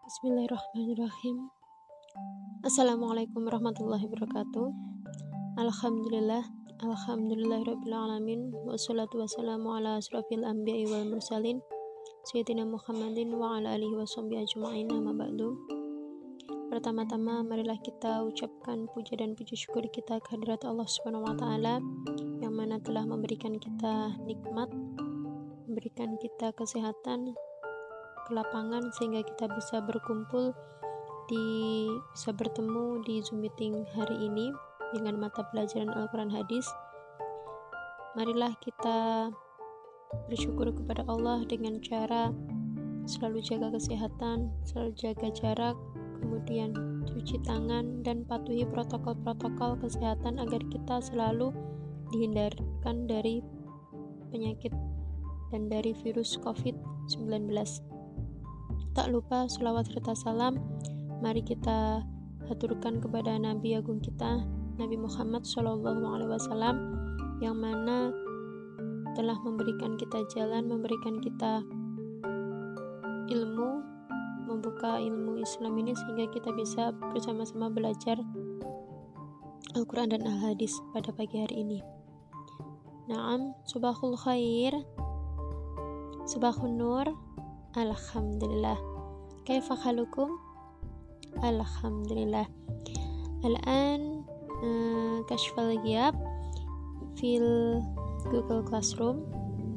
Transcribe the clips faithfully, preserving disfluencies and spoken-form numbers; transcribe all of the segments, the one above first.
Bismillahirrahmanirrahim. Assalamualaikum warahmatullahi wabarakatuh. Alhamdulillah, alhamdulillahirabbil alamin, wassalatu wassalamu ala asrofil anbiya'i wal mursalin sayyidina Muhammadin wa ala alihi washabbihi ajma'in, amma ba'du. Pertama-tama marilah kita ucapkan puja dan puji syukur kita kehadirat Allah Subhanahu wa taala yang mana telah memberikan kita nikmat, memberikan kita kesehatan, kelapangan sehingga kita bisa berkumpul di bisa bertemu di Zoom meeting hari ini dengan mata pelajaran Al-Quran Hadis. Marilah kita bersyukur kepada Allah dengan cara selalu jaga kesehatan, selalu jaga jarak, kemudian cuci tangan dan patuhi protokol-protokol kesehatan agar kita selalu dihindarkan dari penyakit dan dari virus covid sembilan belas. Tak lupa sholawat serta salam mari kita haturkan kepada Nabi Agung kita, Nabi Muhammad shallallahu alaihi wasallam, yang mana telah memberikan kita jalan, memberikan kita ilmu, membuka ilmu Islam ini sehingga kita bisa bersama-sama belajar Al-Quran dan Al-Hadis pada pagi hari ini. Naam, subahul khair, subahun nur. Alhamdulillah. Kaifa halukum? Alhamdulillah. Al-an uh, kashfal ghiyab fil Google Classroom.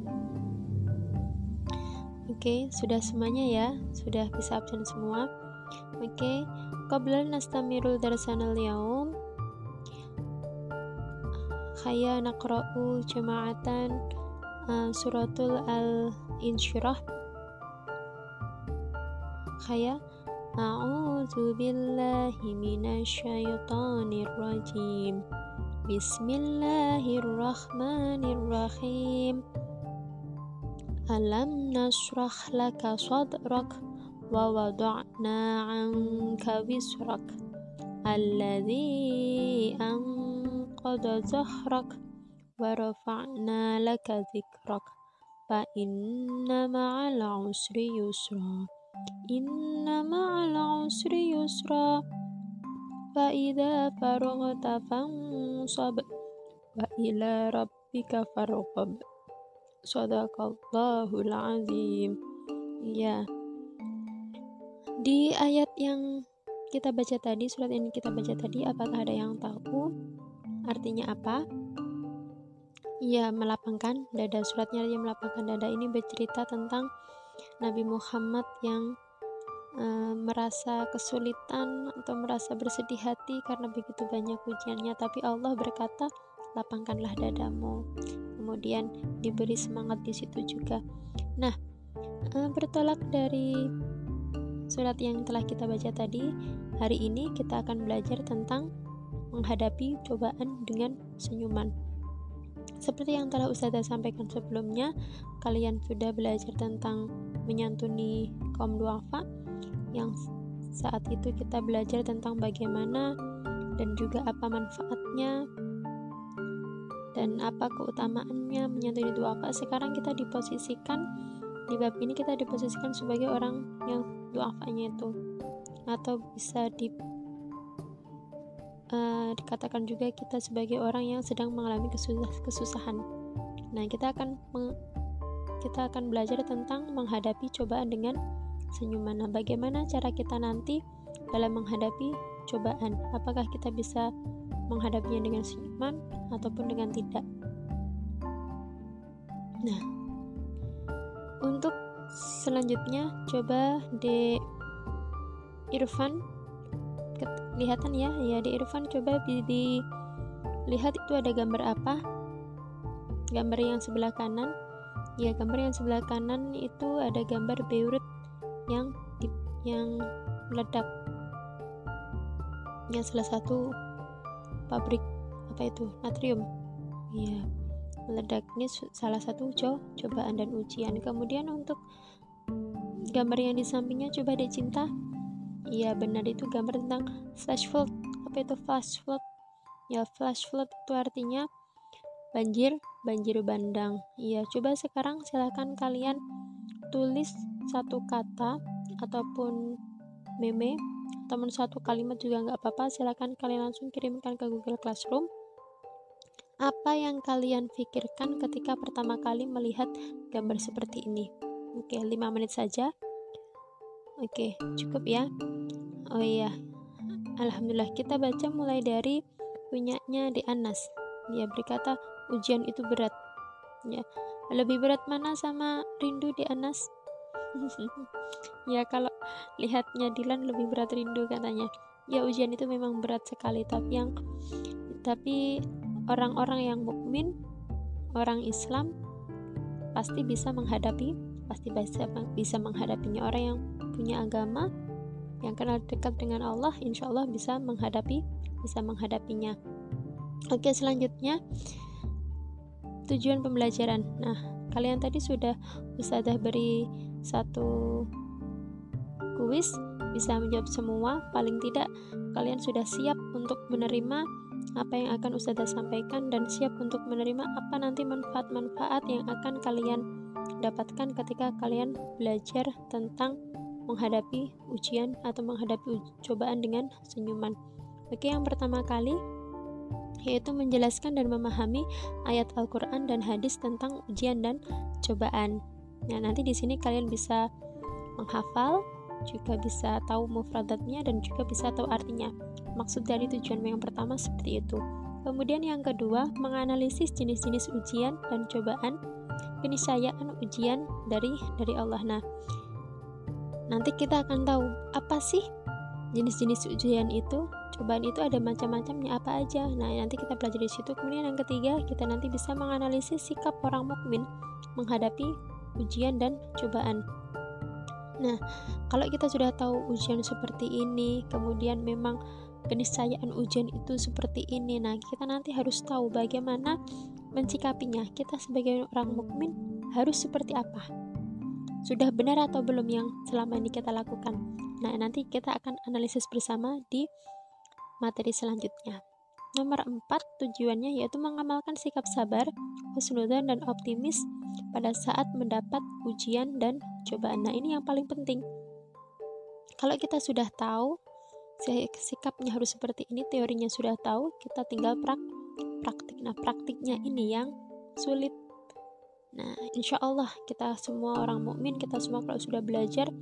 Oke, okay, sudah semuanya ya, sudah bisa absen semua. Oke, okay. Qabla nastamirul darsanal yaum, khaya naqra'u jama'atan uh, suratul al-insyirah. Khaya a'udzu billahi minasyaitonir rajim. Bismillahirrahmanirrahim. Alam nashrah laka sadrak wa wada'na 'anka wisrak alladzi anqadha zahrak wa rafa'na laka dzikrak fa inna ma'al 'usri yusra. Inna ma'al usri yusra fa idza faraghta fansab wa ila rabbika farghab. Shadaqallahul azim. Ya. Di ayat yang kita baca tadi, surat yang kita baca tadi, apakah ada yang tahu artinya apa? Ya, melapangkan dada. Suratnya yang melapangkan dada ini bercerita tentang Nabi Muhammad yang e, merasa kesulitan atau merasa bersedih hati karena begitu banyak ujiannya, tapi Allah berkata, lapangkanlah dadamu. Kemudian diberi semangat di situ juga. Nah, e, bertolak dari surat yang telah kita baca tadi, hari ini kita akan belajar tentang menghadapi cobaan dengan senyuman. Seperti yang telah Ustazah sampaikan sebelumnya, kalian sudah belajar tentang menyantuni kaum duafa, yang saat itu kita belajar tentang bagaimana dan juga apa manfaatnya dan apa keutamaannya menyantuni duafa. Sekarang kita diposisikan di bab ini, kita diposisikan sebagai orang yang duafanya itu, atau bisa di Uh, dikatakan juga kita sebagai orang yang sedang mengalami kesusah, kesusahan. Nah, kita akan meng, kita akan belajar tentang menghadapi cobaan dengan senyuman. Nah, bagaimana cara kita nanti dalam menghadapi cobaan? Apakah kita bisa menghadapinya dengan senyuman ataupun dengan tidak? Nah, untuk selanjutnya coba di Irfan kelihatan ya, ya di Irfan coba dilihat itu ada gambar apa? Gambar yang sebelah kanan. Ya, gambar yang sebelah kanan itu ada gambar Beirut yang yang meledak. Yang salah satu pabrik apa itu? Natrium. Ya, meledak. Ini salah satu co cobaan dan ujian. Kemudian untuk gambar yang di sampingnya coba deh Cinta. Iya benar, itu gambar tentang flash flood. Apa itu flash flood? Ya, flash flood itu artinya banjir, banjir bandang. Iya, coba sekarang silakan kalian tulis satu kata ataupun meme ataupun suatu kalimat juga nggak apa-apa, silakan kalian langsung kirimkan ke Google Classroom apa yang kalian pikirkan ketika pertama kali melihat gambar seperti ini. Oke, lima menit saja. Oke, cukup ya. Oh iya, alhamdulillah, kita baca mulai dari punyanya di Anas. Dia berkata, ujian itu berat. Ya, lebih berat mana sama rindu di Anas? Ya, kalau lihatnya Dilan lebih berat rindu katanya. Ya, ujian itu memang berat sekali, tapi yang tapi orang-orang yang mukmin, orang Islam pasti bisa menghadapi, pasti bisa bisa menghadapinya. Orang yang punya agama, yang kenal dekat dengan Allah, insya Allah bisa menghadapi, bisa menghadapinya. Oke, selanjutnya tujuan pembelajaran. Nah, kalian tadi sudah Ustazah beri satu kuis, bisa menjawab semua. Paling tidak kalian sudah siap untuk menerima apa yang akan Ustazah sampaikan dan siap untuk menerima apa nanti manfaat-manfaat yang akan kalian dapatkan ketika kalian belajar tentang menghadapi ujian atau menghadapi cobaan dengan senyuman. Oke, yang pertama kali yaitu menjelaskan dan memahami ayat Al-Quran dan hadis tentang ujian dan cobaan. Nah, nanti di sini kalian bisa menghafal, juga bisa tahu mufradatnya dan juga bisa tahu artinya. Maksud dari tujuan yang pertama seperti itu. Kemudian yang kedua, menganalisis jenis-jenis ujian dan cobaan, keniscayaan ujian dari dari Allah. Nah, nanti kita akan tahu apa sih jenis-jenis ujian itu, cobaan itu ada macam-macamnya apa aja. Nah, nanti kita pelajari di situ. Kemudian yang ketiga, kita nanti bisa menganalisis sikap orang mukmin menghadapi ujian dan cobaan. Nah, kalau kita sudah tahu ujian seperti ini, kemudian memang keniscayaan ujian itu seperti ini, nah kita nanti harus tahu bagaimana mencikapinya. Kita sebagai orang mukmin harus seperti apa? Sudah benar atau belum yang selama ini kita lakukan? Nah, nanti kita akan analisis bersama di materi selanjutnya. Nomor empat, tujuannya yaitu mengamalkan sikap sabar, husnudzon dan optimis pada saat mendapat ujian dan cobaan. Nah, ini yang paling penting. Kalau kita sudah tahu sikapnya harus seperti ini, teorinya sudah tahu, kita tinggal prak praktik. Nah, praktiknya ini yang sulit. Nah, insya Allah kita semua orang mukmin, kita semua kalau sudah belajar,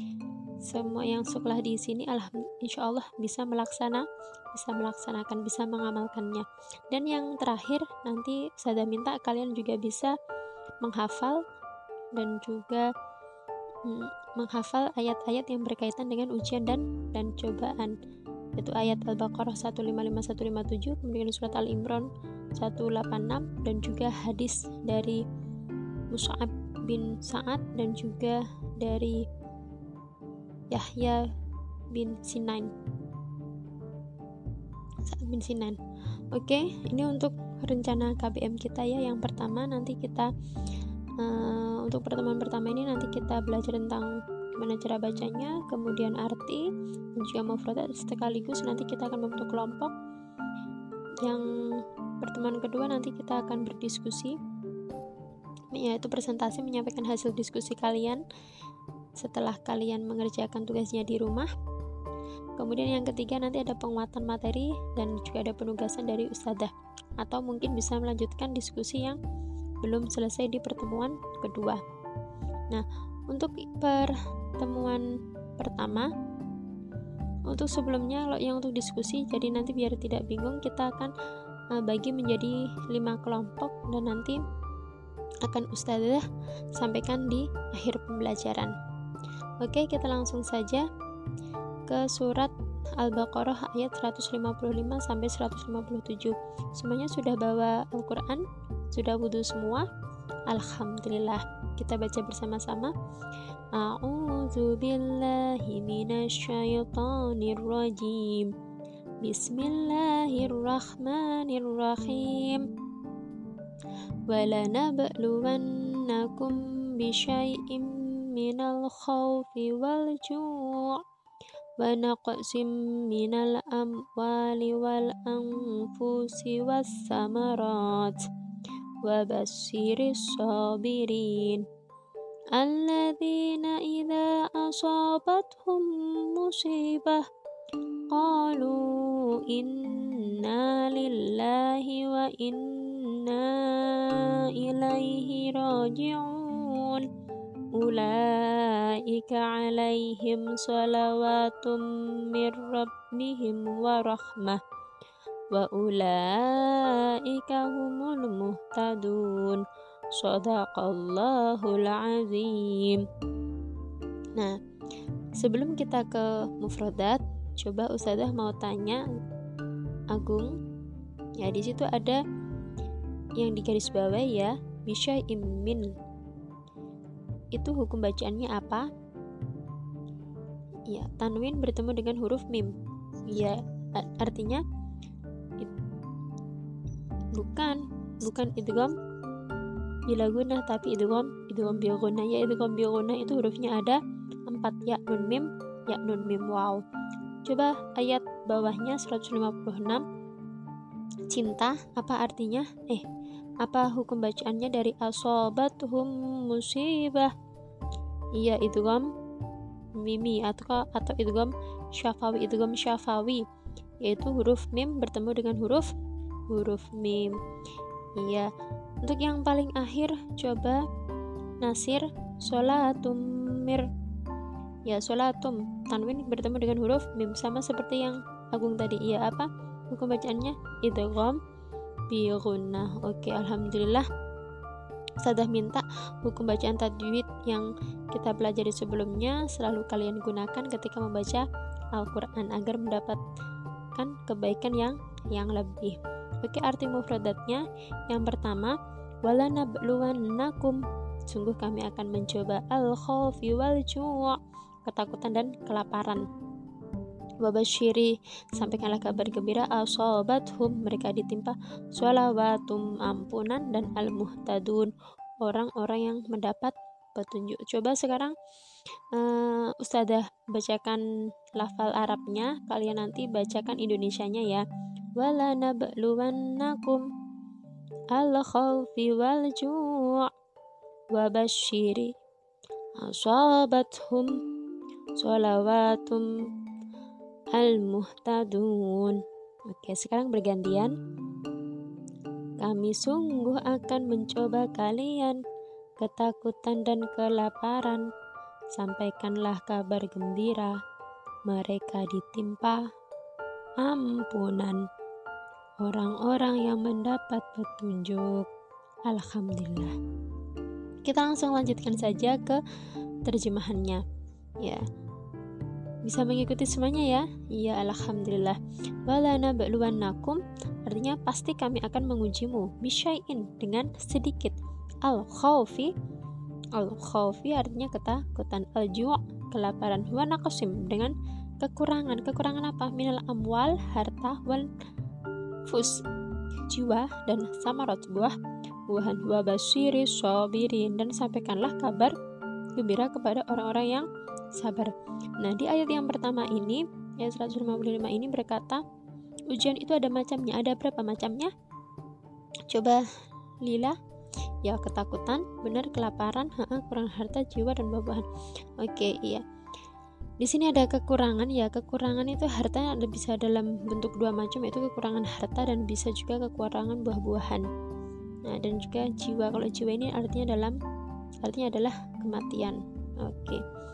semua yang sekolah di sini, alhamdulillah, insya Allah bisa melaksana, bisa melaksanakan, bisa mengamalkannya. Dan yang terakhir, nanti saya minta kalian juga bisa menghafal dan juga hmm, menghafal ayat-ayat yang berkaitan dengan ujian dan dan cobaan, yaitu ayat Al-Baqarah seratus lima puluh lima sampai seratus lima puluh tujuh, kemudian surat Al-Imran seratus delapan puluh enam, dan juga hadis dari Mus'ab bin Sa'ad dan juga dari Yahya bin Sinan. Sa'ad bin Sinan. Oke, ini untuk rencana K B M kita ya. Yang pertama nanti kita uh, untuk pertemuan pertama ini nanti kita belajar tentang gimana cara bacanya, kemudian arti dan juga mufradat, sekaligus nanti kita akan membentuk kelompok. Yang pertemuan kedua nanti kita akan berdiskusi, yaitu presentasi menyampaikan hasil diskusi kalian setelah kalian mengerjakan tugasnya di rumah. Kemudian yang ketiga nanti ada penguatan materi dan juga ada penugasan dari ustadzah, atau mungkin bisa melanjutkan diskusi yang belum selesai di pertemuan kedua. Nah, untuk pertemuan pertama, untuk sebelumnya kalau yang untuk diskusi, jadi nanti biar tidak bingung, kita akan uh, bagi menjadi lima kelompok dan nanti akan ustadzah sampaikan di akhir pembelajaran. Oke, kita langsung saja ke surat Al-Baqarah ayat seratus lima puluh lima sampai seratus lima puluh tujuh. Semuanya sudah bawa Al-Quran, sudah wudhu semua? Alhamdulillah. Kita baca bersama-sama. A'udzu billahi minasyaitonir rajim. Bismillahirrahmanirrahim. وَلَنَبْلُوَنَّكُمْ بِشَيْءٍ مِّنَ الْخَوْفِ وَالْجُوعِ وَنَقْصٍ مِّنَ الْأَمْوَالِ وَالْأَنفُسِ وَالثَّمَرَاتِ وَبَشِّرِ الصَّابِرِينَ alladzina idza asabathum musibah qalu inna lillahi wa inna ilaihi raji'un ulaika alaihim salawatum mir rabbihim wa rahmah wa ulaika humul muhtadun. Shadaqallahul azim. Nah, sebelum kita ke mufradat, coba Ustazah mau tanya Agung. Ya, di situ ada yang di garis bawah ya, bisyai'im min. Itu hukum bacaannya apa? Ya, tanwin bertemu dengan huruf mim. Ya, artinya bukan bukan idgham bila gunah, tapi idgham idgham bi gunah. Ya, idgham bi gunah itu hurufnya ada empat, ya nun mim, ya nun mim waw. Coba ayat bawahnya seratus lima puluh enam, cinta, apa artinya? Eh, apa hukum bacaannya dari asobathum musibah? Iya, idgham mimi atau atau idgham syafawi, idgham syafawi, yaitu huruf mim bertemu dengan huruf huruf mim. Iya. Untuk yang paling akhir, coba Nasir, sholatum mir. Ya, sholatum tanwin bertemu dengan huruf mim, sama seperti yang Agung tadi. Iya, apa hukum bacaannya? Idgham bi gunnah. Oke, alhamdulillah. Sadah minta hukum bacaan tajwid yang kita pelajari sebelumnya selalu kalian gunakan ketika membaca Al-Qur'an agar mendapatkan kebaikan yang yang lebih. Oke, arti mufradatnya yang pertama, wala nabluwannakum, sungguh kami akan mencoba al-khawfi wal ju', ketakutan dan kelaparan. Wabasyiri, sampaikanlah kabar gembira, asobathum, mereka ditimpa sholawatum, ampunan, dan al-muhtadun, orang-orang yang mendapat petunjuk. Coba sekarang uh, Ustazah bacakan lafal Arabnya, kalian nanti bacakan Indonesianya ya. Wala nabluwannakum al-khawfi wal ju' wabasyiri asabathum sholawatum al-muhtadun. Oke, sekarang bergantian. Kami sungguh akan mencoba kalian ketakutan dan kelaparan. Sampaikanlah kabar gembira, mereka ditimpa ampunan, orang-orang yang mendapat petunjuk. Alhamdulillah. Kita langsung lanjutkan saja ke terjemahannya. Ya, bisa mengikuti semuanya ya? Iya, alhamdulillah. Wala nabluwannakum artinya pasti kami akan mengujimu, bisyai'in dengan sedikit. Al-khawfi, al-khawfi artinya ketakutan, al-ju' kelaparan, wa naqsim dengan kekurangan. Kekurangan apa? Minal amwal, harta, wal fus, jiwa, dan samarat, buah buahan, wa basyiri sabirin, dan sampaikanlah kabar gembira kepada orang-orang yang sabar. Nah, di ayat yang pertama ini, ayat seratus lima puluh lima ini berkata, ujian itu ada macamnya. Ada berapa macamnya? Coba Lila. Ya, ketakutan, benar, kelaparan, ha-ha, kurang harta, jiwa, dan buah-buahan. Oke, iya. Di sini ada kekurangan ya. Kekurangan itu harta ada bisa dalam bentuk dua macam, yaitu kekurangan harta dan bisa juga kekurangan buah-buahan. Nah, dan juga jiwa. Kalau jiwa ini artinya dalam artinya adalah kematian. Oke.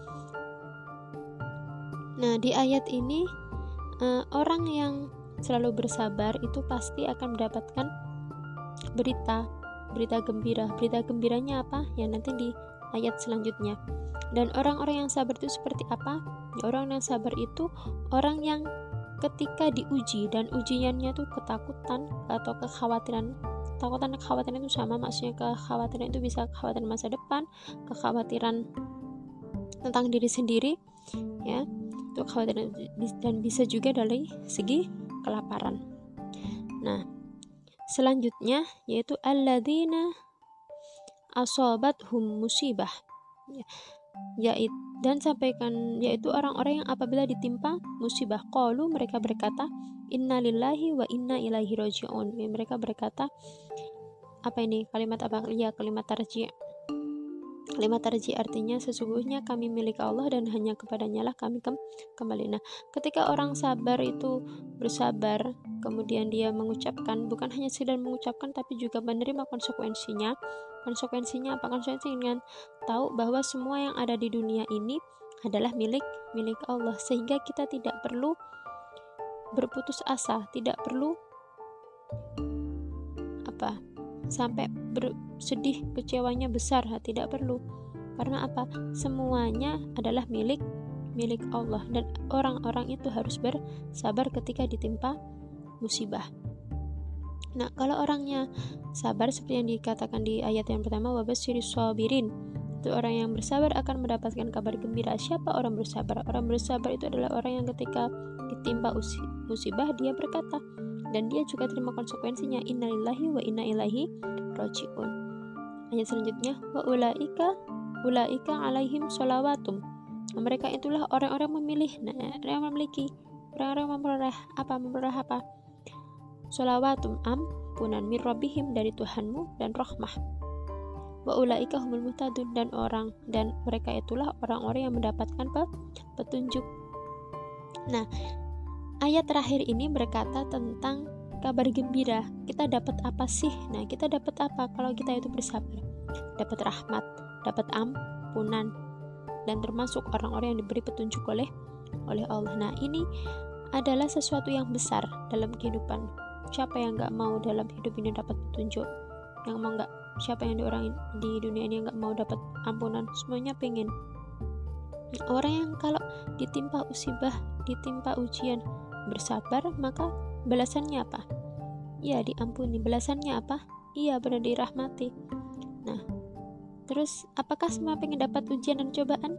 Nah, di ayat ini uh, orang yang selalu bersabar itu pasti akan mendapatkan berita berita gembira. Berita gembiranya apa? Ya, nanti di ayat selanjutnya. Dan orang-orang yang sabar itu seperti apa? Ya, orang yang sabar itu orang yang ketika diuji, dan ujiannya tuh ketakutan atau kekhawatiran. Ketakutan dan kekhawatiran itu sama, maksudnya kekhawatiran itu bisa kekhawatiran masa depan, kekhawatiran tentang diri sendiri, ya, itu kekhawatiran, dan bisa juga dari segi kelaparan. Nah, selanjutnya yaitu alladzina asabathum musibah, ya, yaitu dan sampaikan yaitu orang-orang yang apabila ditimpa musibah, qalu, mereka berkata, innalillahi wa inna ilaihi raji'un. Mereka berkata, apa ini kalimat apa? Ya, kalimat tarji'. Kalimat tarji artinya sesungguhnya kami milik Allah dan hanya kepadanya lah kami kembali. Nah, ketika orang sabar itu bersabar, kemudian dia mengucapkan, bukan hanya sekedar mengucapkan tapi juga menerima konsekuensinya. Konsekuensinya apa? Konsekuensinya dengan tahu bahwa semua yang ada di dunia ini adalah milik milik Allah, sehingga kita tidak perlu berputus asa, tidak perlu apa? sampai bersedih, kecewanya besar, tidak perlu. Karena apa? Semuanya adalah milik milik Allah, dan orang-orang itu harus bersabar ketika ditimpa musibah. Nah, kalau orangnya sabar seperti yang dikatakan di ayat yang pertama, wabasyiris shabirin, itu orang yang bersabar akan mendapatkan kabar gembira. Siapa orang bersabar? Orang bersabar itu adalah orang yang ketika ditimpa musibah dia berkata, dan dia juga terima konsekuensinya, innalillahi wa inna ilaihi rajiun. Ayat selanjutnya, wa ulaika ulaika alaihim sholawatum. Mereka itulah orang-orang memilih, nah, yang memiliki, orang-orang memperoleh apa? Memperoleh apa? Sholawatum, ampunan mir rabbihim, dari Tuhanmu, dan rahmah. Wa ulaika humul muhtadun, dan orang dan mereka itulah orang-orang yang mendapatkan petunjuk. Nah, ayat terakhir ini berkata tentang kabar gembira. Kita dapat apa sih? Nah, kita dapat apa kalau kita itu bersabar? Dapat rahmat, dapat ampunan, dan termasuk orang-orang yang diberi petunjuk oleh oleh Allah. Nah, ini adalah sesuatu yang besar dalam kehidupan. Siapa yang nggak mau dalam hidup ini dapat petunjuk? Yang mau nggak? Siapa yang di orang di dunia ini nggak mau dapat ampunan? Semuanya pengen. Orang yang kalau ditimpa musibah, ditimpa ujian, bersabar, maka balasannya apa? Ya, diampuni. Balasannya apa? Iya, benar, dirahmati. Nah, terus apakah semua pengen dapat ujian dan cobaan?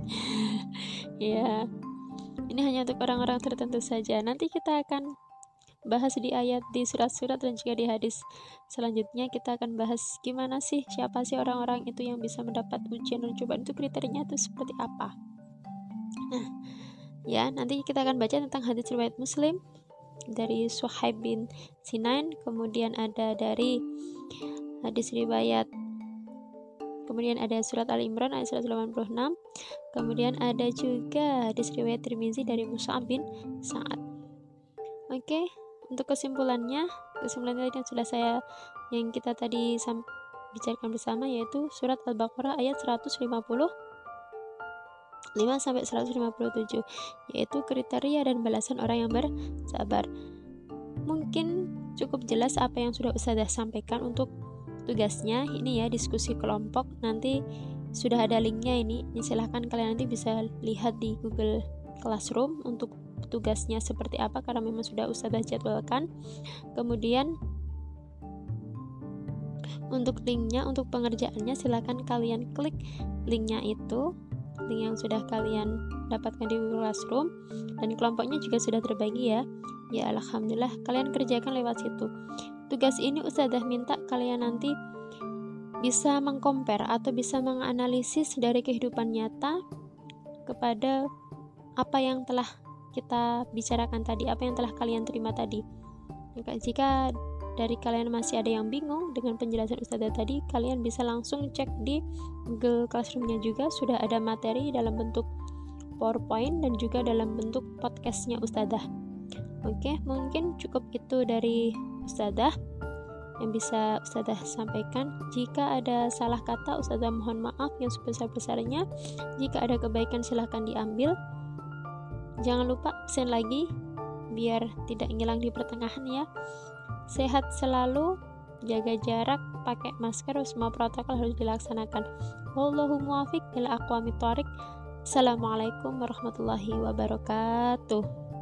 Ya, ini hanya untuk orang-orang tertentu saja. Nanti kita akan bahas di ayat, di surat-surat, dan juga di hadis selanjutnya kita akan bahas gimana sih, siapa sih orang-orang itu yang bisa mendapat ujian dan cobaan, itu kriterianya itu seperti apa. Nah, ya, nanti kita akan baca tentang hadis riwayat Muslim dari Suhaib bin Sinan, kemudian ada dari hadis riwayat, kemudian ada surat Al-Imran ayat seratus delapan puluh enam, kemudian ada juga hadis riwayat Tirmizi dari Mus'ab bin Sa'ad. Oke, okay, untuk kesimpulannya, kesimpulannya yang sudah saya yang kita tadi sam- bicarakan bersama, yaitu surat Al-Baqarah ayat seratus lima puluh lima sampai seratus lima puluh tujuh, yaitu kriteria dan balasan orang yang bersabar. Mungkin cukup jelas apa yang sudah Ustazah sampaikan untuk tugasnya. Ini ya, diskusi kelompok, nanti sudah ada linknya ini, silahkan kalian nanti bisa lihat di Google Classroom untuk tugasnya seperti apa, karena memang sudah Ustazah jadwalkan. Kemudian untuk linknya, untuk pengerjaannya silahkan kalian klik linknya itu, link yang sudah kalian dapatkan di Google Classroom, dan kelompoknya juga sudah terbagi ya. Ya, alhamdulillah kalian kerjakan lewat situ. Tugas ini Ustazah minta kalian nanti bisa mengcompare atau bisa menganalisis dari kehidupan nyata kepada apa yang telah kita bicarakan tadi, apa yang telah kalian terima tadi. Maka jika dari kalian masih ada yang bingung dengan penjelasan Ustazah tadi, kalian bisa langsung cek di Google Classroom-nya juga, sudah ada materi dalam bentuk PowerPoint dan juga dalam bentuk podcastnya Ustazah. Oke, mungkin cukup itu dari Ustazah yang bisa Ustazah sampaikan. Jika ada salah kata, Ustazah mohon maaf yang sebesar-besarnya. Jika ada kebaikan silahkan diambil. Jangan lupa absen lagi biar tidak ngilang di pertengahan ya. Sehat selalu, jaga jarak, pakai masker, semua protokol harus dilaksanakan. Wallahu muwaffiq ila aqwamit thoriq. Assalamualaikum warahmatullahi wabarakatuh.